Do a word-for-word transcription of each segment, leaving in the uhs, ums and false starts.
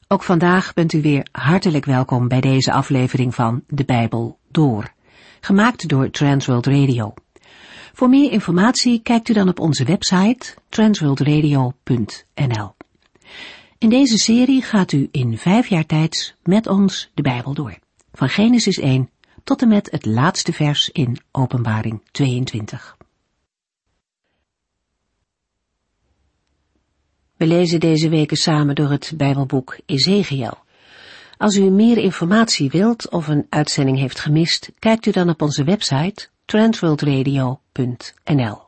Ook vandaag bent u weer hartelijk welkom bij deze aflevering van De Bijbel Door, gemaakt door Transworld Radio. Voor meer informatie kijkt u dan op onze website transworld radio punt n l. In deze serie gaat u in vijf jaar tijd met ons de Bijbel door, van Genesis één tot en met het laatste vers in Openbaring tweeëntwintig. We lezen deze weken samen door het Bijbelboek Ezechiël. Als u meer informatie wilt of een uitzending heeft gemist, kijkt u dan op onze website transworld radio punt n l.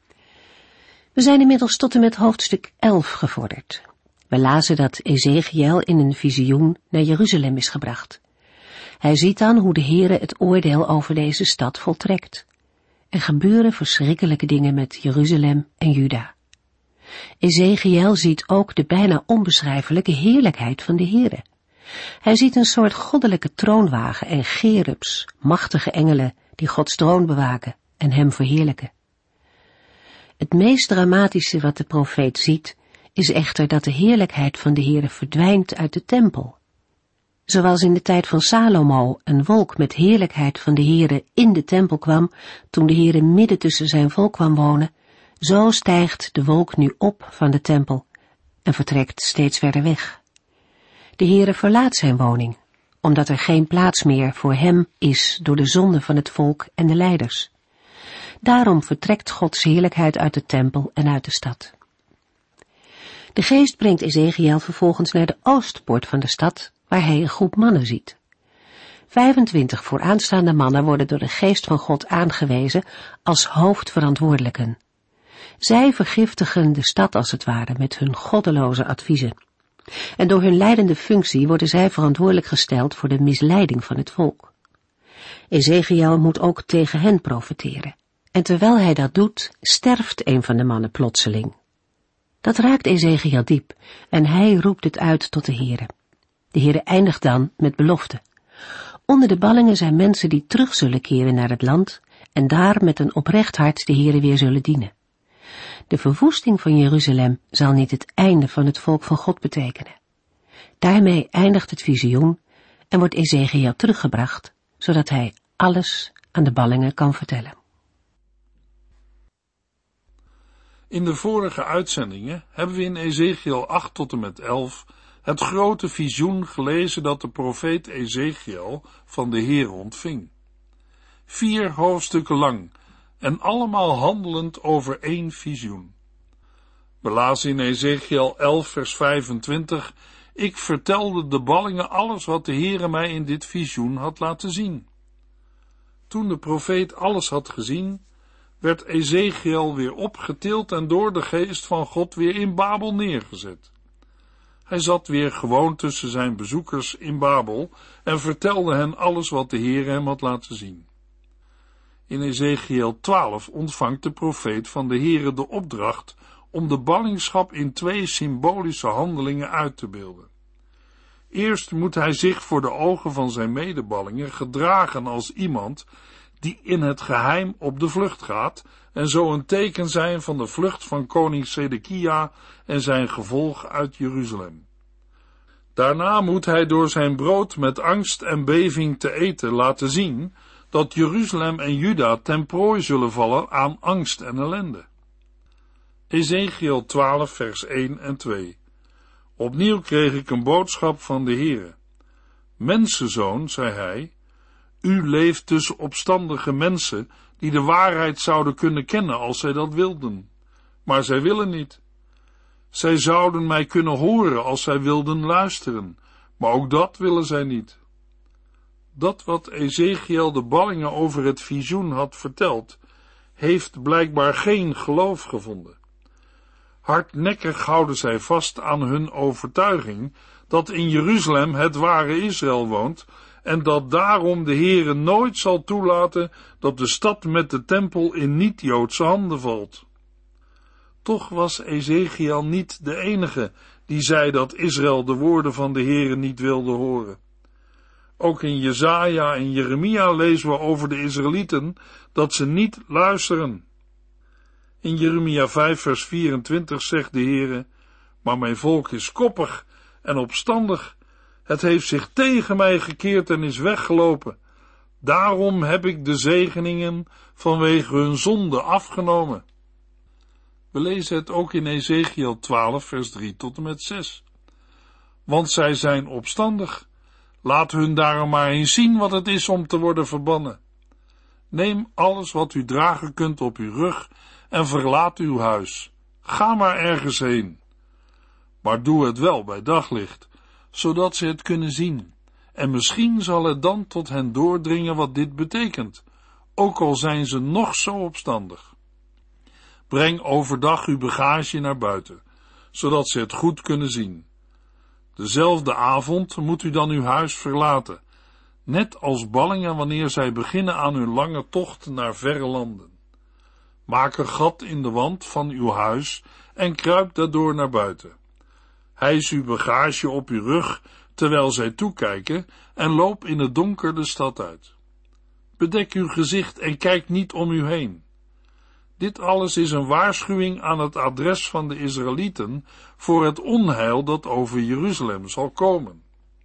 We zijn inmiddels tot en met hoofdstuk elf gevorderd. We lazen dat Ezechiël in een visioen naar Jeruzalem is gebracht. Hij ziet dan hoe de Heere het oordeel over deze stad voltrekt. Er gebeuren verschrikkelijke dingen met Jeruzalem en Juda. Ezechiël ziet ook de bijna onbeschrijfelijke heerlijkheid van de Heere. Hij ziet een soort goddelijke troonwagen en cherubs, machtige engelen die Gods troon bewaken en hem verheerlijken. Het meest dramatische wat de profeet ziet, is echter dat de heerlijkheid van de Heere verdwijnt uit de tempel. Zoals in de tijd van Salomo een wolk met heerlijkheid van de Heere in de tempel kwam, toen de Heere midden tussen zijn volk kwam wonen, zo stijgt de wolk nu op van de tempel en vertrekt steeds verder weg. De Heere verlaat zijn woning, omdat er geen plaats meer voor hem is door de zonde van het volk en de leiders. Daarom vertrekt Gods heerlijkheid uit de tempel en uit de stad. De geest brengt Ezechiël vervolgens naar de oostpoort van de stad, waar hij een groep mannen ziet. Vijfentwintig vooraanstaande mannen worden door de geest van God aangewezen als hoofdverantwoordelijken. Zij vergiftigen de stad als het ware met hun goddeloze adviezen. En door hun leidende functie worden zij verantwoordelijk gesteld voor de misleiding van het volk. Ezechiël moet ook tegen hen profeteren. En terwijl hij dat doet, sterft een van de mannen plotseling. Dat raakt Ezechiël diep en hij roept het uit tot de Heere. De Heere eindigt dan met belofte. Onder de ballingen zijn mensen die terug zullen keren naar het land en daar met een oprecht hart de Heere weer zullen dienen. De verwoesting van Jeruzalem zal niet het einde van het volk van God betekenen. Daarmee eindigt het visioen en wordt Ezechiël teruggebracht, zodat hij alles aan de ballingen kan vertellen. In de vorige uitzendingen hebben we in Ezechiël acht tot en met elf het grote visioen gelezen dat de profeet Ezechiël van de Heer ontving. Vier hoofdstukken lang en allemaal handelend over één visioen. We lazen in Ezechiël elf vers vijfentwintig, ik vertelde de ballingen alles wat de Heere mij in dit visioen had laten zien. Toen de profeet alles had gezien, werd Ezechiël weer opgetild en door de geest van God weer in Babel neergezet. Hij zat weer gewoon tussen zijn bezoekers in Babel en vertelde hen alles wat de Heere hem had laten zien. In Ezechiël twaalf ontvangt de profeet van de Heere de opdracht om de ballingschap in twee symbolische handelingen uit te beelden. Eerst moet hij zich voor de ogen van zijn medeballingen gedragen als iemand die in het geheim op de vlucht gaat en zo een teken zijn van de vlucht van koning Sedekia en zijn gevolg uit Jeruzalem. Daarna moet hij door zijn brood met angst en beving te eten laten zien dat Jeruzalem en Juda ten prooi zullen vallen aan angst en ellende. Ezechiël twaalf vers één en twee. Opnieuw kreeg ik een boodschap van de Heere. Mensenzoon, zei hij, u leeft tussen opstandige mensen die de waarheid zouden kunnen kennen als zij dat wilden. Maar zij willen niet. Zij zouden mij kunnen horen als zij wilden luisteren, maar ook dat willen zij niet. Dat wat Ezechiël de ballingen over het visioen had verteld, heeft blijkbaar geen geloof gevonden. Hardnekkig houden zij vast aan hun overtuiging dat in Jeruzalem het ware Israël woont en dat daarom de Heere nooit zal toelaten dat de stad met de tempel in niet-Joodse handen valt. Toch was Ezechiël niet de enige die zei dat Israël de woorden van de Heere niet wilde horen. Ook in Jesaja en Jeremia lezen we over de Israëlieten dat ze niet luisteren. In Jeremia vijf vers vierentwintig zegt de Heere, maar mijn volk is koppig en opstandig. Het heeft zich tegen mij gekeerd en is weggelopen. Daarom heb ik de zegeningen vanwege hun zonde afgenomen. We lezen het ook in Ezechiel twaalf, vers drie tot en met zes. Want zij zijn opstandig. Laat hun daarom maar eens zien wat het is om te worden verbannen. Neem alles wat u dragen kunt op uw rug en verlaat uw huis. Ga maar ergens heen. Maar doe het wel bij daglicht, zodat ze het kunnen zien. En misschien zal het dan tot hen doordringen wat dit betekent, ook al zijn ze nog zo opstandig. Breng overdag uw bagage naar buiten, zodat ze het goed kunnen zien. Dezelfde avond moet u dan uw huis verlaten, net als ballingen wanneer zij beginnen aan hun lange tocht naar verre landen. Maak een gat in de wand van uw huis en kruip daardoor naar buiten. Hijs uw bagage op uw rug, terwijl zij toekijken, en loop in het donker de stad uit. Bedek uw gezicht en kijk niet om u heen. Dit alles is een waarschuwing aan het adres van de Israëlieten voor het onheil dat over Jeruzalem zal komen.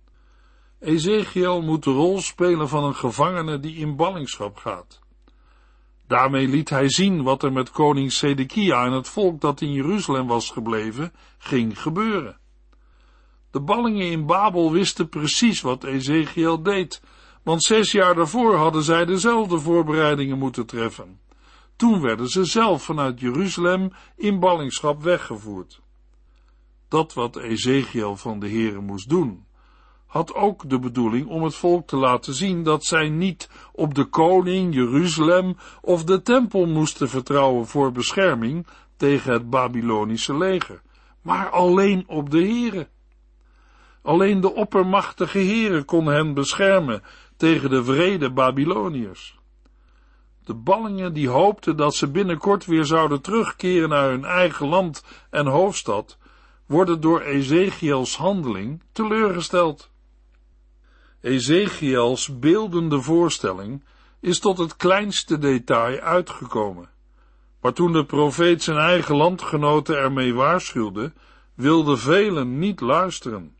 Ezechiel moet de rol spelen van een gevangene die in ballingschap gaat. Daarmee liet hij zien wat er met koning Sedekia en het volk dat in Jeruzalem was gebleven, ging gebeuren. De ballingen in Babel wisten precies wat Ezechiel deed, want zes jaar daarvoor hadden zij dezelfde voorbereidingen moeten treffen. Toen werden ze zelf vanuit Jeruzalem in ballingschap weggevoerd. Dat wat Ezechiel van de Heere moest doen, had ook de bedoeling om het volk te laten zien dat zij niet op de koning, Jeruzalem of de tempel moesten vertrouwen voor bescherming tegen het Babylonische leger, maar alleen op de Heere. Alleen de oppermachtige Heere kon hen beschermen tegen de wrede Babyloniërs. De ballingen die hoopten dat ze binnenkort weer zouden terugkeren naar hun eigen land en hoofdstad, worden door Ezechiels handeling teleurgesteld. Ezechiels beeldende voorstelling is tot het kleinste detail uitgekomen. Maar toen de profeet zijn eigen landgenoten ermee waarschuwde, wilden velen niet luisteren.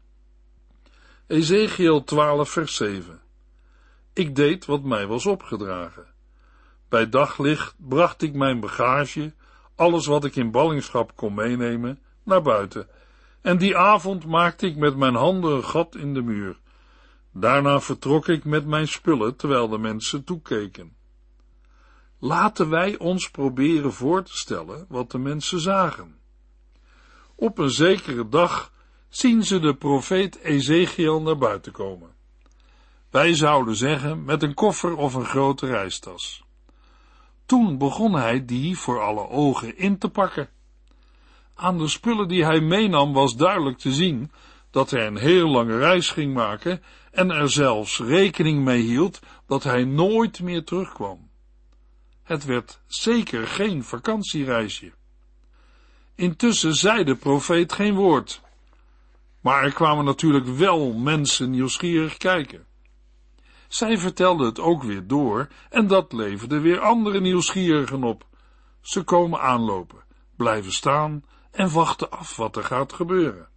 Ezechiel twaalf, vers zeven. Ik deed wat mij was opgedragen. Bij daglicht bracht ik mijn bagage, alles wat ik in ballingschap kon meenemen, naar buiten, en die avond maakte ik met mijn handen een gat in de muur. Daarna vertrok ik met mijn spullen, terwijl de mensen toekeken. Laten wij ons proberen voor te stellen wat de mensen zagen. Op een zekere dag zien ze de profeet Ezechiel naar buiten komen. Wij zouden zeggen met een koffer of een grote reistas. Toen begon hij die voor alle ogen in te pakken. Aan de spullen die hij meenam was duidelijk te zien dat hij een heel lange reis ging maken en er zelfs rekening mee hield dat hij nooit meer terugkwam. Het werd zeker geen vakantiereisje. Intussen zei de profeet geen woord, maar er kwamen natuurlijk wel mensen nieuwsgierig kijken. Zij vertelden het ook weer door en dat leverde weer andere nieuwsgierigen op. Ze komen aanlopen, blijven staan en wachten af wat er gaat gebeuren.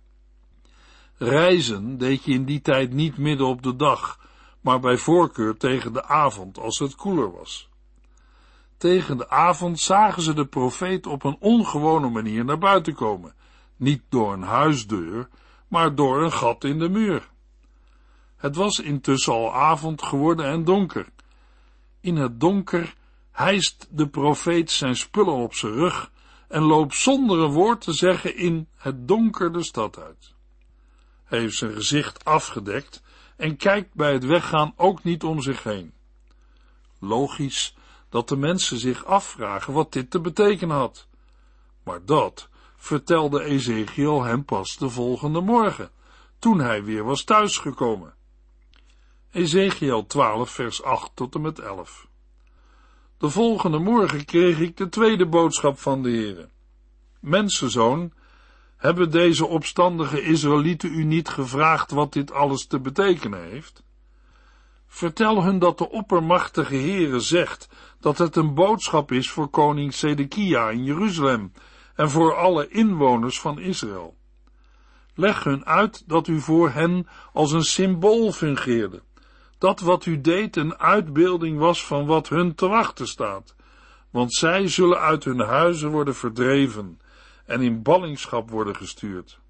Reizen deed je in die tijd niet midden op de dag, maar bij voorkeur tegen de avond als het koeler was. Tegen de avond zagen ze de profeet op een ongewone manier naar buiten komen, niet door een huisdeur, maar door een gat in de muur. Het was intussen al avond geworden en donker. In het donker hijst de profeet zijn spullen op zijn rug en loopt zonder een woord te zeggen in het donker de stad uit. Hij heeft zijn gezicht afgedekt en kijkt bij het weggaan ook niet om zich heen. Logisch dat de mensen zich afvragen wat dit te betekenen had. Maar dat vertelde Ezechiel hem pas de volgende morgen, toen hij weer was thuisgekomen. Ezechiel twaalf, vers acht tot en met elf. De volgende morgen kreeg ik de tweede boodschap van de Heere. Mensenzoon, hebben deze opstandige Israëlieten u niet gevraagd wat dit alles te betekenen heeft? Vertel hun dat de oppermachtige Heere zegt dat het een boodschap is voor koning Sedekia in Jeruzalem en voor alle inwoners van Israël. Leg hun uit dat u voor hen als een symbool fungeerde, dat wat u deed een uitbeelding was van wat hun te wachten staat, want zij zullen uit hun huizen worden verdreven en in ballingschap worden gestuurd.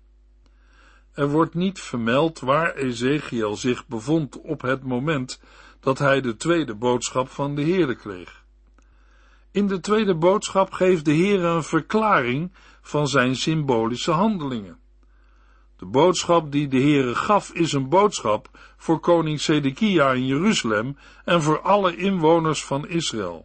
Er wordt niet vermeld waar Ezechiel zich bevond op het moment dat hij de tweede boodschap van de Heere kreeg. In de tweede boodschap geeft de Heere een verklaring van zijn symbolische handelingen. De boodschap die de Heere gaf is een boodschap voor koning Sedekia in Jeruzalem en voor alle inwoners van Israël.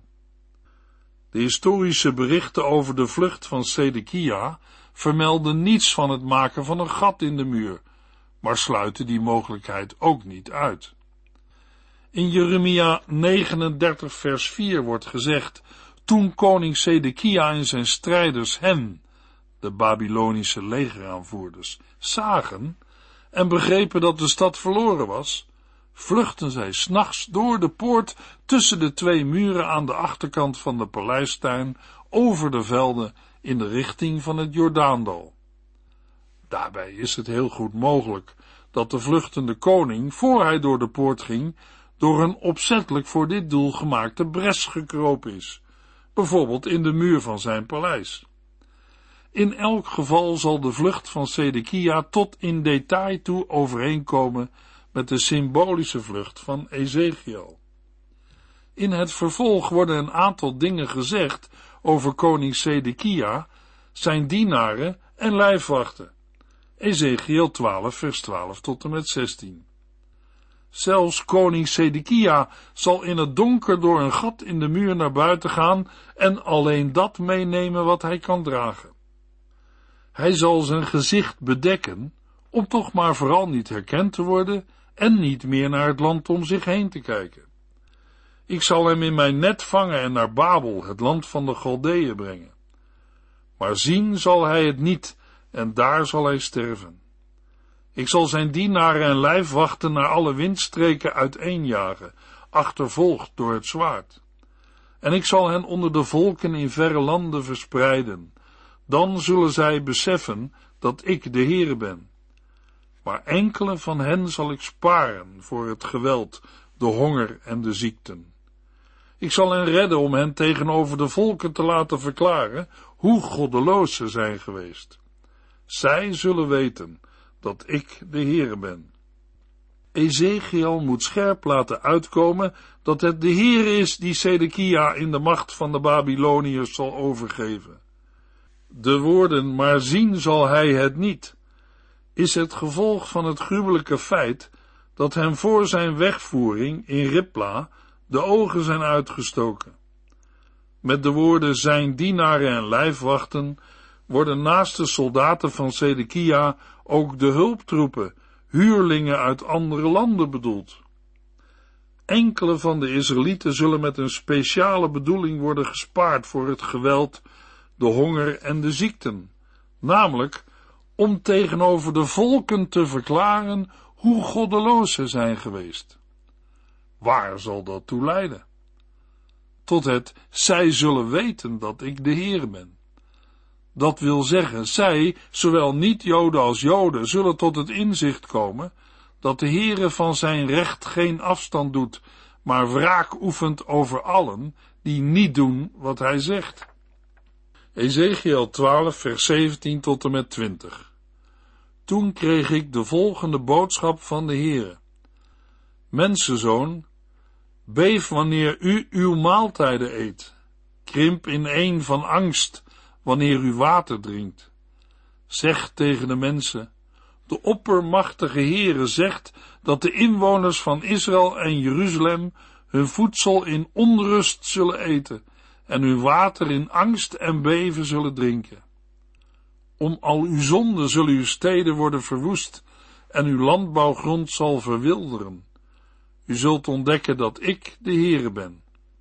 De historische berichten over de vlucht van Sedekia vermelden niets van het maken van een gat in de muur, maar sluiten die mogelijkheid ook niet uit. In Jeremia negenendertig vers vier wordt gezegd: toen koning Sedekia en zijn strijders hen, de Babylonische legeraanvoerders, zagen en begrepen dat de stad verloren was, vluchtten zij 's nachts door de poort tussen de twee muren aan de achterkant van de paleistuin over de velden in de richting van het Jordaandal. Daarbij is het heel goed mogelijk dat de vluchtende koning, voor hij door de poort ging, door een opzettelijk voor dit doel gemaakte bres gekropen is, bijvoorbeeld in de muur van zijn paleis. In elk geval zal de vlucht van Sedekia tot in detail toe overeenkomen met de symbolische vlucht van Ezechiel. In het vervolg worden een aantal dingen gezegd over koning Sedekia, zijn dienaren en lijfwachten. Ezechiel twaalf vers twaalf tot en met zestien. Zelfs koning Sedekia zal in het donker door een gat in de muur naar buiten gaan en alleen dat meenemen wat hij kan dragen. Hij zal zijn gezicht bedekken, om toch maar vooral niet herkend te worden en niet meer naar het land om zich heen te kijken. Ik zal hem in mijn net vangen en naar Babel, het land van de Galdeeën, brengen. Maar zien zal hij het niet, en daar zal hij sterven. Ik zal zijn dienaren en lijfwachten naar alle windstreken uiteenjagen, achtervolgd door het zwaard. En ik zal hen onder de volken in verre landen verspreiden. Dan zullen zij beseffen dat ik de Heere ben. Maar enkele van hen zal ik sparen voor het geweld, de honger en de ziekten. Ik zal hen redden om hen tegenover de volken te laten verklaren hoe goddeloos ze zijn geweest. Zij zullen weten dat ik de Heere ben. Ezechiel moet scherp laten uitkomen dat het de Heere is die Sedekia in de macht van de Babyloniërs zal overgeven. De woorden, maar zien zal hij het niet, is het gevolg van het gruwelijke feit dat hem voor zijn wegvoering in Ribla de ogen zijn uitgestoken. Met de woorden zijn dienaren en lijfwachten worden naast de soldaten van Sedekia ook de hulptroepen, huurlingen uit andere landen bedoeld. Enkele van de Israëlieten zullen met een speciale bedoeling worden gespaard voor het geweld, de honger en de ziekten, namelijk om tegenover de volken te verklaren hoe goddeloos ze zijn geweest. Waar zal dat toe leiden? Tot het, zij zullen weten dat ik de Heere ben. Dat wil zeggen, zij, zowel niet-Joden als Joden, zullen tot het inzicht komen dat de Heere van zijn recht geen afstand doet, maar wraak oefent over allen die niet doen wat hij zegt. Ezechiel twaalf vers zeventien tot en met twintig. Toen kreeg ik de volgende boodschap van de Heere. Mensenzoon, beef wanneer u uw maaltijden eet. Krimp ineen van angst wanneer u water drinkt. Zeg tegen de mensen, de oppermachtige Heere zegt dat de inwoners van Israël en Jeruzalem hun voedsel in onrust zullen eten en hun water in angst en beven zullen drinken. Om al uw zonden zullen uw steden worden verwoest en uw landbouwgrond zal verwilderen. U zult ontdekken dat ik de Heere ben.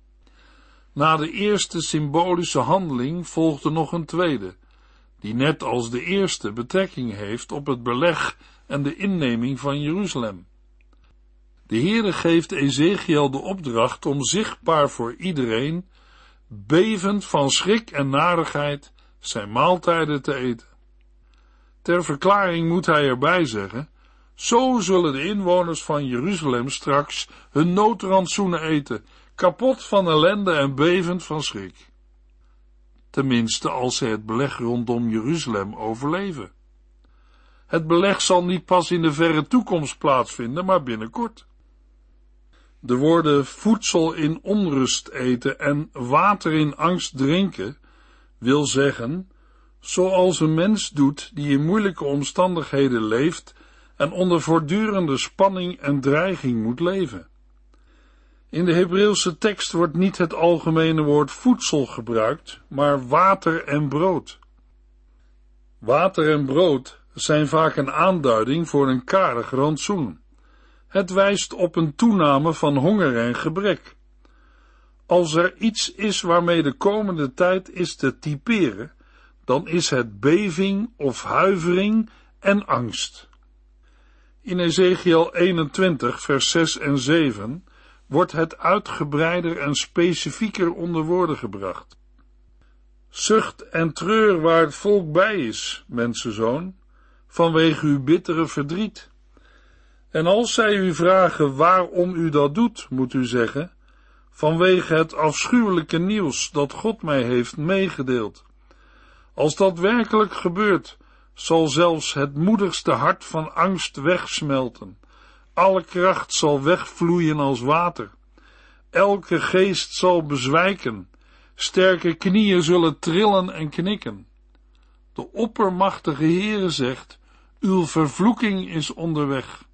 Na de eerste symbolische handeling volgde nog een tweede, die net als de eerste betrekking heeft op het beleg en de inneming van Jeruzalem. De Heere geeft Ezechiel de opdracht om zichtbaar voor iedereen, bevend van schrik en narigheid, zijn maaltijden te eten. Ter verklaring moet hij erbij zeggen: zo zullen de inwoners van Jeruzalem straks hun noodrantsoenen eten, kapot van ellende en bevend van schrik. Tenminste, als zij het beleg rondom Jeruzalem overleven. Het beleg zal niet pas in de verre toekomst plaatsvinden, maar binnenkort. De woorden voedsel in onrust eten en water in angst drinken, wil zeggen, zoals een mens doet die in moeilijke omstandigheden leeft en onder voortdurende spanning en dreiging moet leven. In de Hebreeuwse tekst wordt niet het algemene woord voedsel gebruikt, maar water en brood. Water en brood zijn vaak een aanduiding voor een karig rantsoen. Het wijst op een toename van honger en gebrek. Als er iets is waarmee de komende tijd is te typeren, dan is het beving of huivering en angst. In Ezechiel eenentwintig, vers zes en zeven wordt het uitgebreider en specifieker onder woorden gebracht. Zucht en treur waar het volk bij is, mensenzoon, vanwege uw bittere verdriet. En als zij u vragen waarom u dat doet, moet u zeggen, vanwege het afschuwelijke nieuws dat God mij heeft meegedeeld. Als dat werkelijk gebeurt, zal zelfs het moedigste hart van angst wegsmelten. Alle kracht zal wegvloeien als water. Elke geest zal bezwijken. Sterke knieën zullen trillen en knikken. De oppermachtige Heere zegt, uw vervloeking is onderweg.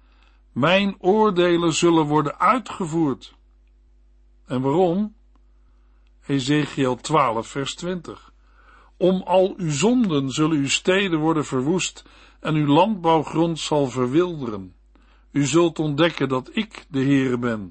Mijn oordelen zullen worden uitgevoerd. En waarom? Ezechiel twaalf, vers twintig. Om al uw zonden zullen uw steden worden verwoest en uw landbouwgrond zal verwilderen. U zult ontdekken dat ik de Heere ben.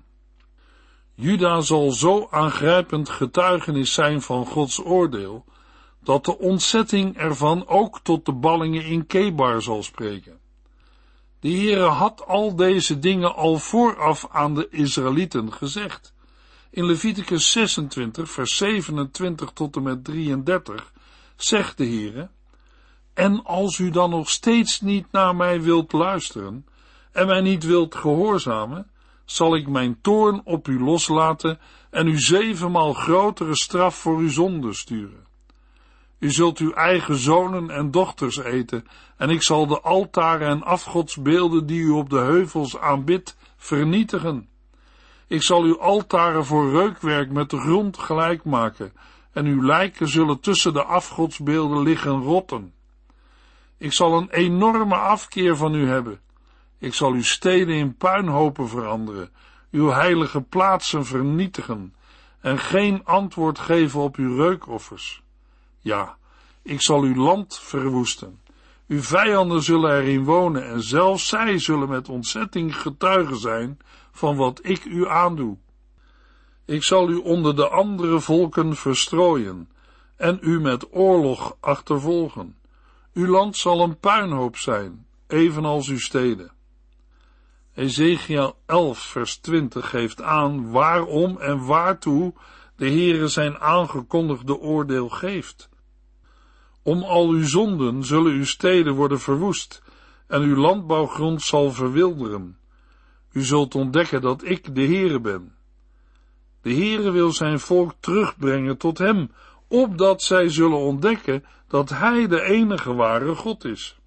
Juda zal zo aangrijpend getuigenis zijn van Gods oordeel, dat de ontzetting ervan ook tot de ballingen in Kebar zal spreken. De Heere had al deze dingen al vooraf aan de Israëlieten gezegd. In Leviticus zesentwintig, vers zevenentwintig tot en met drieëndertig, zegt de Heere, en als u dan nog steeds niet naar mij wilt luisteren, en mij niet wilt gehoorzamen, zal ik mijn toorn op u loslaten en u zevenmaal grotere straf voor uw zonde sturen. U zult uw eigen zonen en dochters eten, en ik zal de altaren en afgodsbeelden die u op de heuvels aanbidt, vernietigen. Ik zal uw altaren voor reukwerk met de grond gelijk maken, en uw lijken zullen tussen de afgodsbeelden liggen rotten. Ik zal een enorme afkeer van u hebben. Ik zal uw steden in puinhopen veranderen, uw heilige plaatsen vernietigen, en geen antwoord geven op uw reukoffers. Ja, ik zal uw land verwoesten. Uw vijanden zullen erin wonen, en zelfs zij zullen met ontzetting getuigen zijn van wat ik u aandoe. Ik zal u onder de andere volken verstrooien, en u met oorlog achtervolgen. Uw land zal een puinhoop zijn, evenals uw steden. Ezechiel elf, vers twintig geeft aan waarom en waartoe de Heere zijn aangekondigde oordeel geeft. Om al uw zonden zullen uw steden worden verwoest, en uw landbouwgrond zal verwilderen. U zult ontdekken dat ik de Heere ben. De Heere wil zijn volk terugbrengen tot hem, opdat zij zullen ontdekken dat hij de enige ware God is.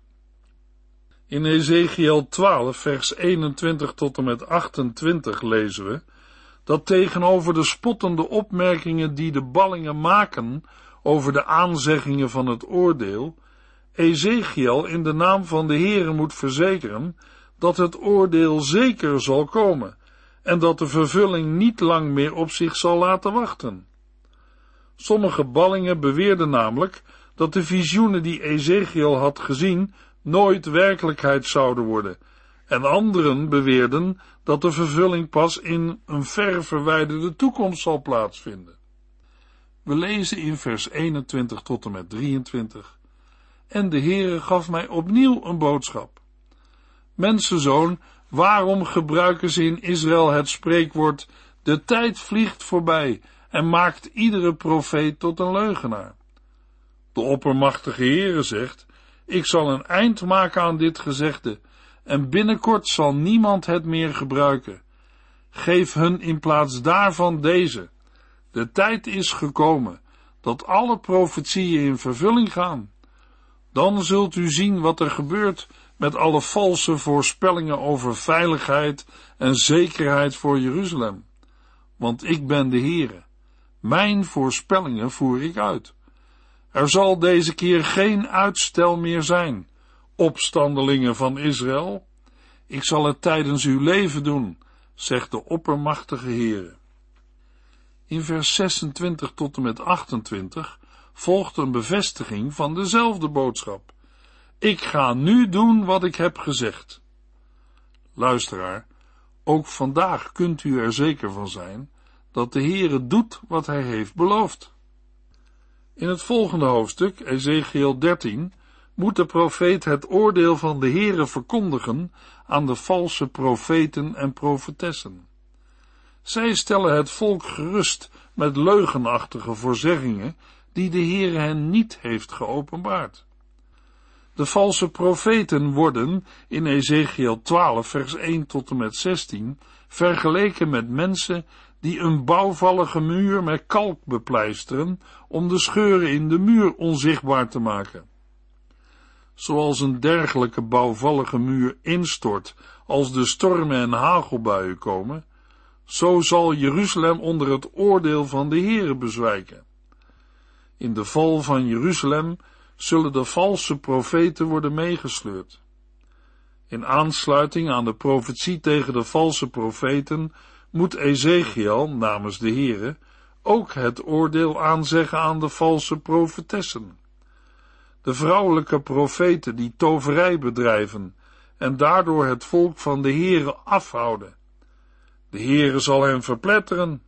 In Ezechiel twaalf, vers eenentwintig tot en met achtentwintig lezen we, dat tegenover de spottende opmerkingen die de ballingen maken over de aanzeggingen van het oordeel, Ezechiel in de naam van de Heere moet verzekeren dat het oordeel zeker zal komen en dat de vervulling niet lang meer op zich zal laten wachten. Sommige ballingen beweerden namelijk dat de visioenen die Ezechiel had gezien nooit werkelijkheid zouden worden, en anderen beweerden dat de vervulling pas in een ver verwijderde toekomst zal plaatsvinden. We lezen in vers eenentwintig tot en met drieëntwintig. En de Heere gaf mij opnieuw een boodschap. Mensenzoon, waarom gebruiken ze in Israël het spreekwoord, de tijd vliegt voorbij en maakt iedere profeet tot een leugenaar? De oppermachtige Heere zegt, ik zal een eind maken aan dit gezegde, en binnenkort zal niemand het meer gebruiken. Geef hun in plaats daarvan deze. De tijd is gekomen, dat alle profetieën in vervulling gaan. Dan zult u zien wat er gebeurt met alle valse voorspellingen over veiligheid en zekerheid voor Jeruzalem. Want ik ben de Heere. Mijn voorspellingen voer ik uit. Er zal deze keer geen uitstel meer zijn, opstandelingen van Israël. Ik zal het tijdens uw leven doen, zegt de oppermachtige Heere. In vers zesentwintig tot en met achtentwintig volgt een bevestiging van dezelfde boodschap. Ik ga nu doen wat ik heb gezegd. Luisteraar, ook vandaag kunt u er zeker van zijn dat de Heere doet wat hij heeft beloofd. In het volgende hoofdstuk, Ezechiël dertien, moet de profeet het oordeel van de Heere verkondigen aan de valse profeten en profetessen. Zij stellen het volk gerust met leugenachtige voorzeggingen die de Heere hen niet heeft geopenbaard. De valse profeten worden in Ezechiël twaalf vers één tot en met zestien vergeleken met mensen die een bouwvallige muur met kalk bepleisteren om de scheuren in de muur onzichtbaar te maken. Zoals een dergelijke bouwvallige muur instort als de stormen en hagelbuien komen, zo zal Jeruzalem onder het oordeel van de Heere bezwijken. In de val van Jeruzalem zullen de valse profeten worden meegesleurd. In aansluiting aan de profetie tegen de valse profeten moet Ezechiël, namens de Heere, ook het oordeel aanzeggen aan de valse profetessen. De vrouwelijke profeten die toverij bedrijven en daardoor het volk van de Heere afhouden. De Heere zal hen verpletteren.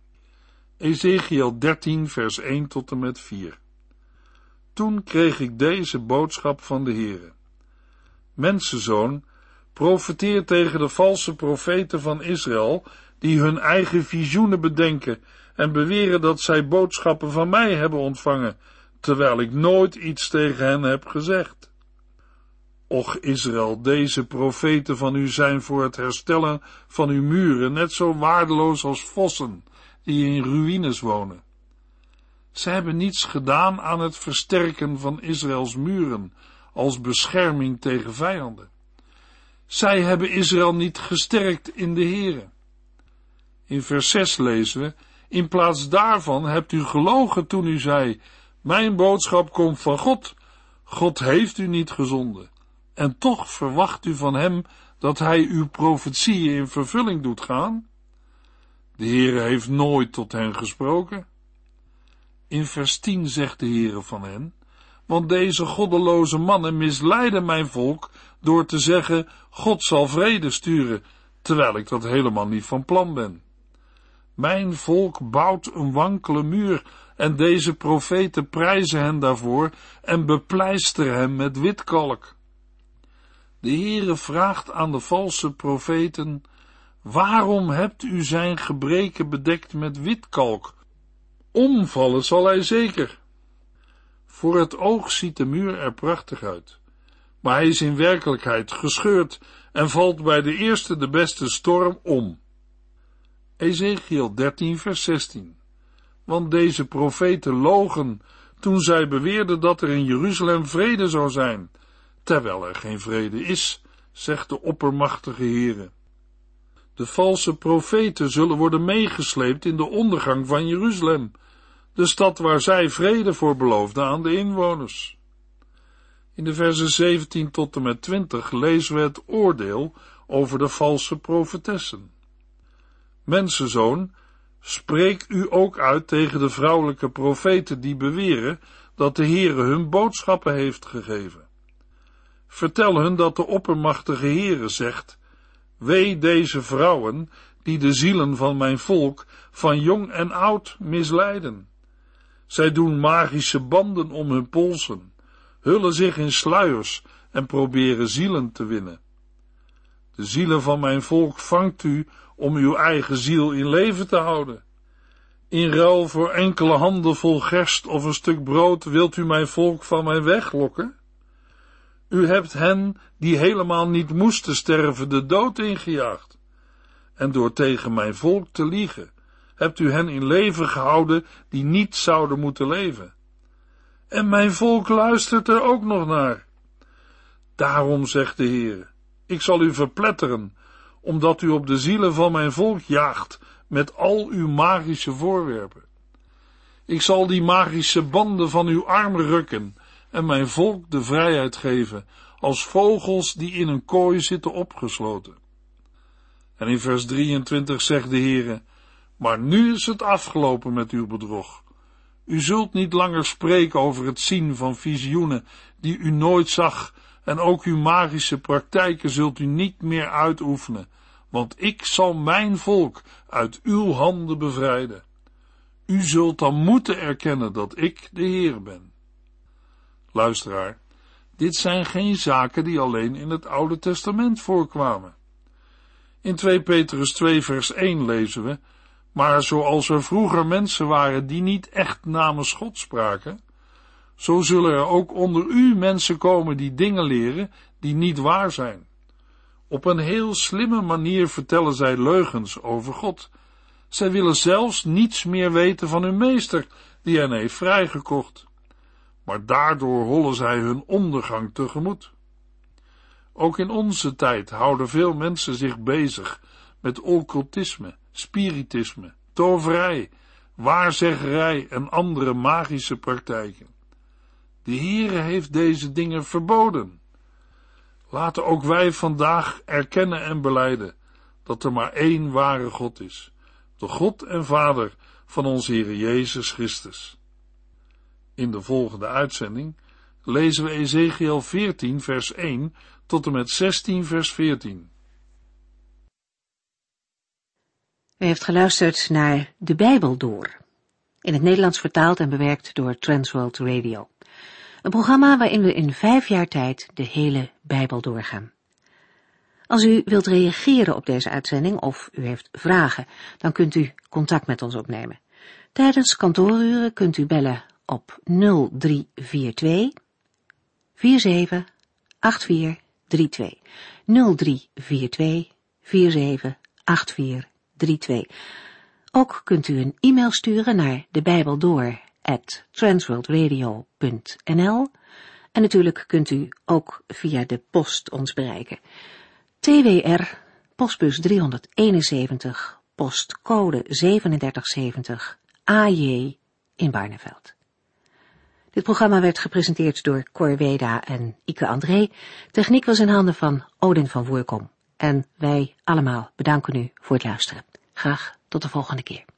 Ezechiël dertien vers één tot en met vier. Toen kreeg ik deze boodschap van de Heere. Mensenzoon, profeteer tegen de valse profeten van Israël, die hun eigen visioenen bedenken en beweren dat zij boodschappen van mij hebben ontvangen, terwijl ik nooit iets tegen hen heb gezegd. Och Israël, deze profeten van u zijn voor het herstellen van uw muren net zo waardeloos als vossen die in ruïnes wonen. Zij hebben niets gedaan aan het versterken van Israëls muren als bescherming tegen vijanden. Zij hebben Israël niet gesterkt in de Heere. In vers zes lezen we, in plaats daarvan hebt u gelogen toen u zei, mijn boodschap komt van God. God heeft u niet gezonden. En toch verwacht u van hem dat hij uw profetieën in vervulling doet gaan? De Heere heeft nooit tot hen gesproken. In vers tien zegt de Heere van hen, want deze goddeloze mannen misleiden mijn volk door te zeggen, God zal vrede sturen, terwijl ik dat helemaal niet van plan ben. Mijn volk bouwt een wankele muur en deze profeten prijzen hen daarvoor en bepleisteren hem met witkalk. De Heere vraagt aan de valse profeten, waarom hebt u zijn gebreken bedekt met witkalk? Omvallen zal hij zeker. Voor het oog ziet de muur er prachtig uit, maar hij is in werkelijkheid gescheurd en valt bij de eerste de beste storm om. Ezechiël dertien vers zestien. Want deze profeten logen toen zij beweerden dat er in Jeruzalem vrede zou zijn, terwijl er geen vrede is, zegt de oppermachtige Heere. De valse profeten zullen worden meegesleept in de ondergang van Jeruzalem, de stad waar zij vrede voor beloofden aan de inwoners. In de versen zeventien tot en met twintig lezen we het oordeel over de valse profetessen. Mensenzoon, spreek u ook uit tegen de vrouwelijke profeten die beweren dat de Heere hun boodschappen heeft gegeven. Vertel hun dat de oppermachtige Heere zegt, wee deze vrouwen die de zielen van mijn volk van jong en oud misleiden. Zij doen magische banden om hun polsen, hullen zich in sluiers en proberen zielen te winnen. De zielen van mijn volk vangt u om uw eigen ziel in leven te houden. In ruil voor enkele handen vol gerst of een stuk brood wilt u mijn volk van mij weglokken? U hebt hen, die helemaal niet moesten sterven, de dood ingejaagd. En door tegen mijn volk te liegen, hebt u hen in leven gehouden, die niet zouden moeten leven. En mijn volk luistert er ook nog naar. Daarom zegt de Heer, ik zal u verpletteren, omdat u op de zielen van mijn volk jaagt, met al uw magische voorwerpen. Ik zal die magische banden van uw arm rukken, en mijn volk de vrijheid geven, als vogels die in een kooi zitten opgesloten. En in vers drieëntwintig zegt de Heere, maar nu is het afgelopen met uw bedrog. U zult niet langer spreken over het zien van visioenen die u nooit zag, en ook uw magische praktijken zult u niet meer uitoefenen, want ik zal mijn volk uit uw handen bevrijden. U zult dan moeten erkennen dat ik de Heer ben. Luisteraar, dit zijn geen zaken die alleen in het Oude Testament voorkwamen. In twee Petrus twee vers één lezen we, maar zoals er vroeger mensen waren die niet echt namens God spraken, zo zullen er ook onder u mensen komen die dingen leren die niet waar zijn. Op een heel slimme manier vertellen zij leugens over God. Zij willen zelfs niets meer weten van hun meester, die hen heeft vrijgekocht. Maar daardoor hollen zij hun ondergang tegemoet. Ook in onze tijd houden veel mensen zich bezig met occultisme, spiritisme, toverij, waarzeggerij en andere magische praktijken. De Heere heeft deze dingen verboden. Laten ook wij vandaag erkennen en belijden dat er maar één ware God is, de God en Vader van onze Heer Jezus Christus. In de volgende uitzending lezen we Ezechiel veertien vers één tot en met zestien vers veertien. U heeft geluisterd naar De Bijbel Door, in het Nederlands vertaald en bewerkt door Transworld Radio. Een programma waarin we in vijf jaar tijd de hele Bijbel doorgaan. Als u wilt reageren op deze uitzending of u heeft vragen, dan kunt u contact met ons opnemen. Tijdens kantooruren kunt u bellen op nul drie vier twee vier zeven acht vier drie twee. nul drie vier twee vier zeven acht vier drie twee. Ook kunt u een e-mail sturen naar debijbeldoor at transworldradio punt n l en natuurlijk kunt u ook via de post ons bereiken. T W R, postbus driehonderdeenenzeventig, postcode drieënzeventig zeventig, A J in Barneveld. Dit programma werd gepresenteerd door Cor Weda en Ike André. Techniek was in handen van Odin van Voerkom. En wij allemaal bedanken u voor het luisteren. Graag tot de volgende keer.